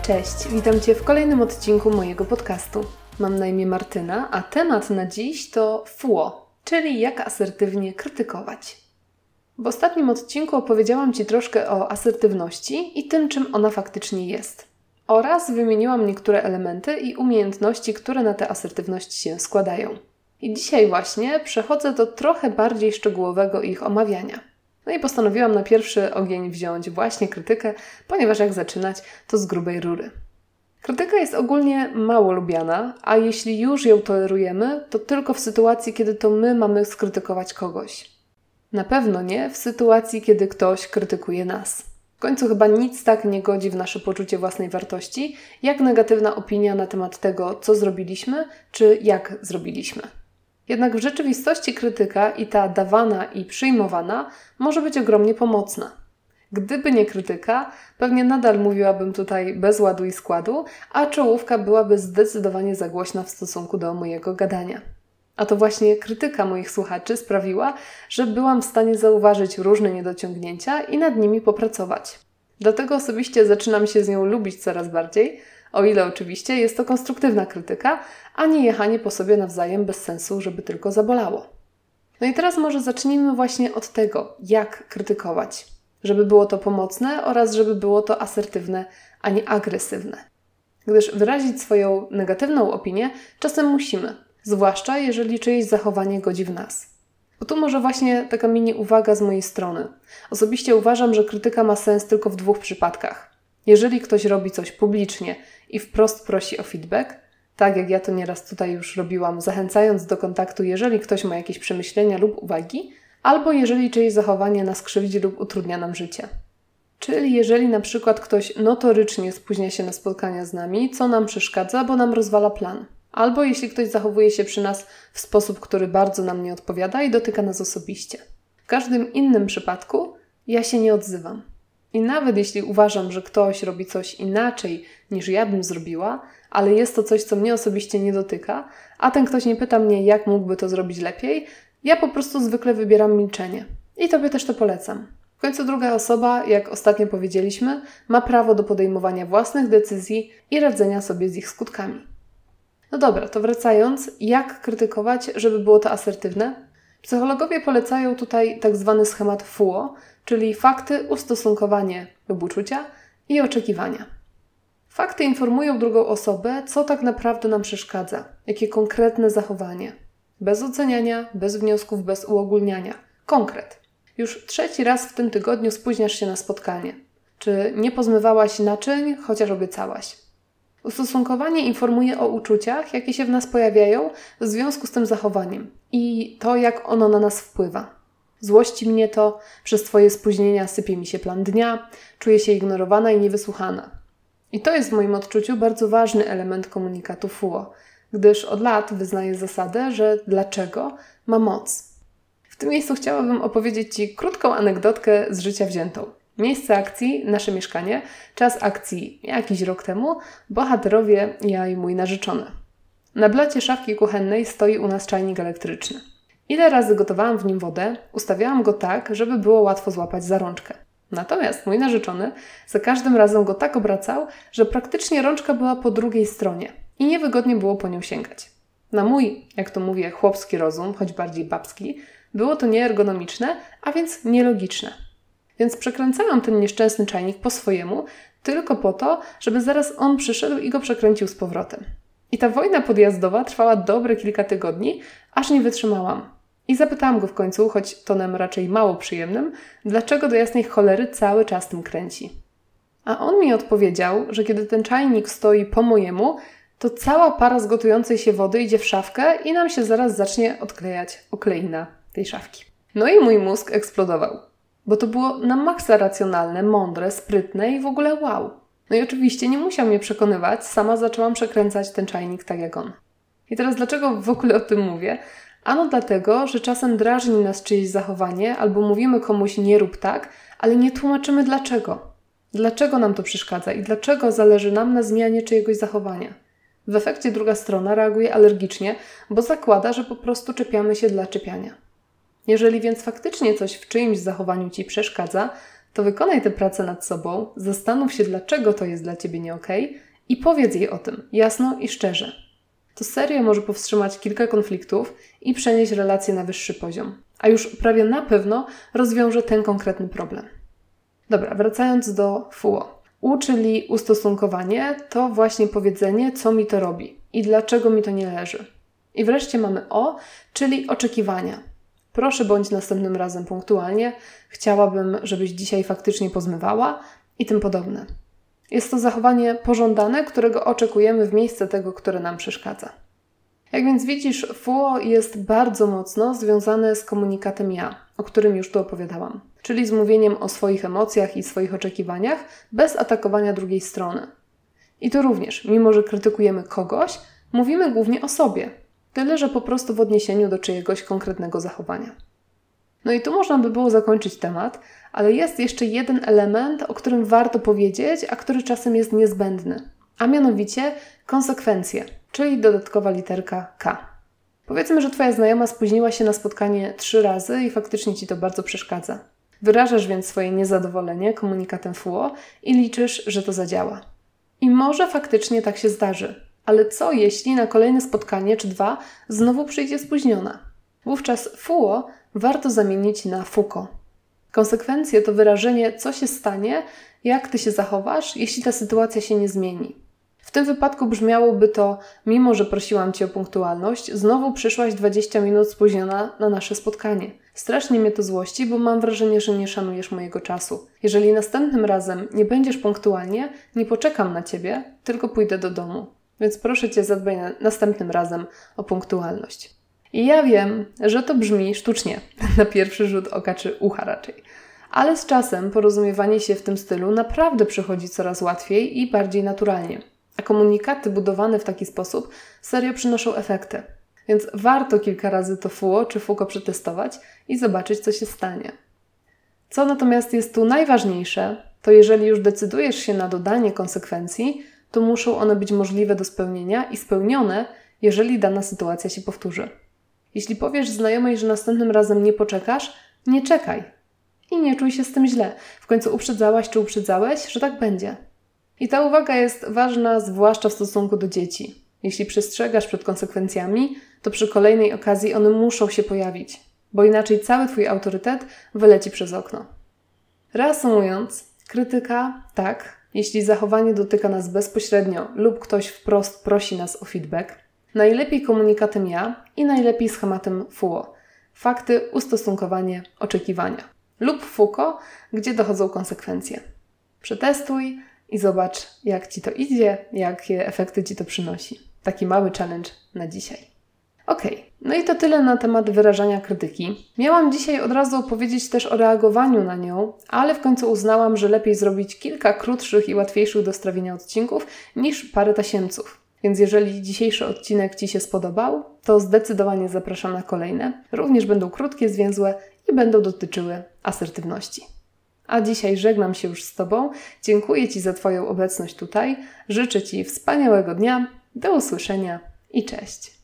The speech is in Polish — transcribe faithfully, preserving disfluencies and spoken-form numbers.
Cześć, witam Cię w kolejnym odcinku mojego podcastu. Mam na imię Martyna, a temat na dziś to F U O, czyli jak asertywnie krytykować. W ostatnim odcinku opowiedziałam Ci troszkę o asertywności i tym, czym ona faktycznie jest. Oraz wymieniłam niektóre elementy i umiejętności, które na tę asertywność się składają. I dzisiaj właśnie przechodzę do trochę bardziej szczegółowego ich omawiania. No i postanowiłam na pierwszy ogień wziąć właśnie krytykę, ponieważ jak zaczynać, to z grubej rury. Krytyka jest ogólnie mało lubiana, a jeśli już ją tolerujemy, to tylko w sytuacji, kiedy to my mamy skrytykować kogoś. Na pewno nie w sytuacji, kiedy ktoś krytykuje nas. W końcu chyba nic tak nie godzi w nasze poczucie własnej wartości, jak negatywna opinia na temat tego, co zrobiliśmy, czy jak zrobiliśmy. Jednak w rzeczywistości krytyka i ta dawana i przyjmowana może być ogromnie pomocna. Gdyby nie krytyka, pewnie nadal mówiłabym tutaj bez ładu i składu, a czołówka byłaby zdecydowanie za głośna w stosunku do mojego gadania. A to właśnie krytyka moich słuchaczy sprawiła, że byłam w stanie zauważyć różne niedociągnięcia i nad nimi popracować. Dlatego osobiście zaczynam się z nią lubić coraz bardziej, o ile oczywiście jest to konstruktywna krytyka, a nie jechanie po sobie nawzajem bez sensu, żeby tylko zabolało. No i teraz może zacznijmy właśnie od tego, jak krytykować, żeby było to pomocne oraz żeby było to asertywne, a nie agresywne. Gdyż wyrazić swoją negatywną opinię czasem musimy, zwłaszcza jeżeli czyjeś zachowanie godzi w nas. Bo tu może właśnie taka mini uwaga z mojej strony. Osobiście uważam, że krytyka ma sens tylko w dwóch przypadkach. Jeżeli ktoś robi coś publicznie i wprost prosi o feedback, tak jak ja to nieraz tutaj już robiłam, zachęcając do kontaktu, jeżeli ktoś ma jakieś przemyślenia lub uwagi, albo jeżeli czyjeś zachowanie nas krzywdzi lub utrudnia nam życie. Czyli jeżeli na przykład ktoś notorycznie spóźnia się na spotkania z nami, co nam przeszkadza, bo nam rozwala plan. Albo jeśli ktoś zachowuje się przy nas w sposób, który bardzo nam nie odpowiada i dotyka nas osobiście. W każdym innym przypadku ja się nie odzywam. I nawet jeśli uważam, że ktoś robi coś inaczej niż ja bym zrobiła, ale jest to coś, co mnie osobiście nie dotyka, a ten ktoś nie pyta mnie, jak mógłby to zrobić lepiej, ja po prostu zwykle wybieram milczenie. I Tobie też to polecam. W końcu druga osoba, jak ostatnio powiedzieliśmy, ma prawo do podejmowania własnych decyzji i radzenia sobie z ich skutkami. No dobra, to wracając, jak krytykować, żeby było to asertywne? Psychologowie polecają tutaj tak zwany schemat F U O, czyli fakty, ustosunkowanie lub uczucia i oczekiwania. Fakty informują drugą osobę, co tak naprawdę nam przeszkadza, jakie konkretne zachowanie. Bez oceniania, bez wniosków, bez uogólniania. Konkret. Już trzeci raz w tym tygodniu spóźniasz się na spotkanie. Czy nie pozmywałaś naczyń, chociaż obiecałaś? Ustosunkowanie informuje o uczuciach, jakie się w nas pojawiają w związku z tym zachowaniem i to, jak ono na nas wpływa. Złości mnie to, przez Twoje spóźnienia sypie mi się plan dnia, czuję się ignorowana i niewysłuchana. I to jest w moim odczuciu bardzo ważny element komunikatu F U O, gdyż od lat wyznaję zasadę, że dlaczego ma moc. W tym miejscu chciałabym opowiedzieć Ci krótką anegdotkę z życia wziętą. Miejsce akcji, nasze mieszkanie, czas akcji jakiś rok temu, bohaterowie, ja i mój narzeczony. Na blacie szafki kuchennej stoi u nas czajnik elektryczny. Ile razy gotowałam w nim wodę, ustawiałam go tak, żeby było łatwo złapać za rączkę. Natomiast mój narzeczony za każdym razem go tak obracał, że praktycznie rączka była po drugiej stronie i niewygodnie było po nią sięgać. Na mój, jak to mówię, chłopski rozum, choć bardziej babski, było to nieergonomiczne, a więc nielogiczne. Więc przekręcałam ten nieszczęsny czajnik po swojemu, tylko po to, żeby zaraz on przyszedł i go przekręcił z powrotem. I ta wojna podjazdowa trwała dobre kilka tygodni, aż nie wytrzymałam. I zapytałam go w końcu, choć tonem raczej mało przyjemnym, dlaczego do jasnej cholery cały czas tym kręci. A on mi odpowiedział, że kiedy ten czajnik stoi po mojemu, to cała para z gotującej się wody idzie w szafkę i nam się zaraz zacznie odklejać okleina tej szafki. No i mój mózg eksplodował. Bo to było na maksa racjonalne, mądre, sprytne i w ogóle wow. No i oczywiście nie musiał mnie przekonywać, sama zaczęłam przekręcać ten czajnik tak jak on. I teraz dlaczego w ogóle o tym mówię? Ano dlatego, że czasem drażni nas czyjeś zachowanie albo mówimy komuś nie rób tak, ale nie tłumaczymy dlaczego. Dlaczego nam to przeszkadza i dlaczego zależy nam na zmianie czyjegoś zachowania. W efekcie druga strona reaguje alergicznie, bo zakłada, że po prostu czepiamy się dla czepiania. Jeżeli więc faktycznie coś w czyimś zachowaniu Ci przeszkadza, to wykonaj tę pracę nad sobą, zastanów się, dlaczego to jest dla Ciebie nie okej i powiedz jej o tym, jasno i szczerze. To serio może powstrzymać kilka konfliktów i przenieść relacje na wyższy poziom, a już prawie na pewno rozwiąże ten konkretny problem. Dobra, wracając do F U O. U, czyli ustosunkowanie, to właśnie powiedzenie, co mi to robi i dlaczego mi to nie leży. I wreszcie mamy O, czyli oczekiwania. Proszę bądź następnym razem punktualnie, chciałabym, żebyś dzisiaj faktycznie pozmywała i tym podobne. Jest to zachowanie pożądane, którego oczekujemy w miejsce tego, które nam przeszkadza. Jak więc widzisz, F U O jest bardzo mocno związane z komunikatem ja, o którym już tu opowiadałam, czyli z mówieniem o swoich emocjach i swoich oczekiwaniach bez atakowania drugiej strony. I tu również, mimo że krytykujemy kogoś, mówimy głównie o sobie, tyle że po prostu w odniesieniu do czyjegoś konkretnego zachowania. No i tu można by było zakończyć temat, ale jest jeszcze jeden element, o którym warto powiedzieć, a który czasem jest niezbędny, a mianowicie konsekwencje, czyli dodatkowa literka K. Powiedzmy, że Twoja znajoma spóźniła się na spotkanie trzy razy i faktycznie Ci to bardzo przeszkadza. Wyrażasz więc swoje niezadowolenie komunikatem F U O i liczysz, że to zadziała. I może faktycznie tak się zdarzy, ale co jeśli na kolejne spotkanie czy dwa znowu przyjdzie spóźniona? Wówczas F U O warto zamienić na F U K O. Konsekwencje to wyrażenie, co się stanie, jak Ty się zachowasz, jeśli ta sytuacja się nie zmieni. W tym wypadku brzmiałoby to, mimo że prosiłam Cię o punktualność, znowu przyszłaś dwadzieścia minut spóźniona na nasze spotkanie. Strasznie mnie to złości, bo mam wrażenie, że nie szanujesz mojego czasu. Jeżeli następnym razem nie będziesz punktualnie, nie poczekam na Ciebie, tylko pójdę do domu. Więc proszę Cię, zadbaj na następnym razem o punktualność. I ja wiem, że to brzmi sztucznie, na pierwszy rzut oka czy ucha raczej. Ale z czasem porozumiewanie się w tym stylu naprawdę przychodzi coraz łatwiej i bardziej naturalnie. A komunikaty budowane w taki sposób serio przynoszą efekty. Więc warto kilka razy to F U O czy F U K O przetestować i zobaczyć, co się stanie. Co natomiast jest tu najważniejsze, to jeżeli już decydujesz się na dodanie konsekwencji, to muszą one być możliwe do spełnienia i spełnione, jeżeli dana sytuacja się powtórzy. Jeśli powiesz znajomej, że następnym razem nie poczekasz, nie czekaj. I nie czuj się z tym źle. W końcu uprzedzałaś czy uprzedzałeś, że tak będzie. I ta uwaga jest ważna zwłaszcza w stosunku do dzieci. Jeśli przestrzegasz przed konsekwencjami, to przy kolejnej okazji one muszą się pojawić, bo inaczej cały Twój autorytet wyleci przez okno. Reasumując, krytyka tak, jeśli zachowanie dotyka nas bezpośrednio lub ktoś wprost prosi nas o feedback, najlepiej komunikatem ja i najlepiej schematem F U O. Fakty, ustosunkowanie, oczekiwania. Lub F U K O, gdzie dochodzą konsekwencje. Przetestuj i zobacz, jak Ci to idzie, jakie efekty Ci to przynosi. Taki mały challenge na dzisiaj. Okej, no i to tyle na temat wyrażania krytyki. Miałam dzisiaj od razu opowiedzieć też o reagowaniu na nią, ale w końcu uznałam, że lepiej zrobić kilka krótszych i łatwiejszych do strawienia odcinków niż parę tasiemców. Więc jeżeli dzisiejszy odcinek Ci się spodobał, to zdecydowanie zapraszam na kolejne. Również będą krótkie, zwięzłe i będą dotyczyły asertywności. A dzisiaj żegnam się już z Tobą. Dziękuję Ci za Twoją obecność tutaj. Życzę Ci wspaniałego dnia. Do usłyszenia i cześć.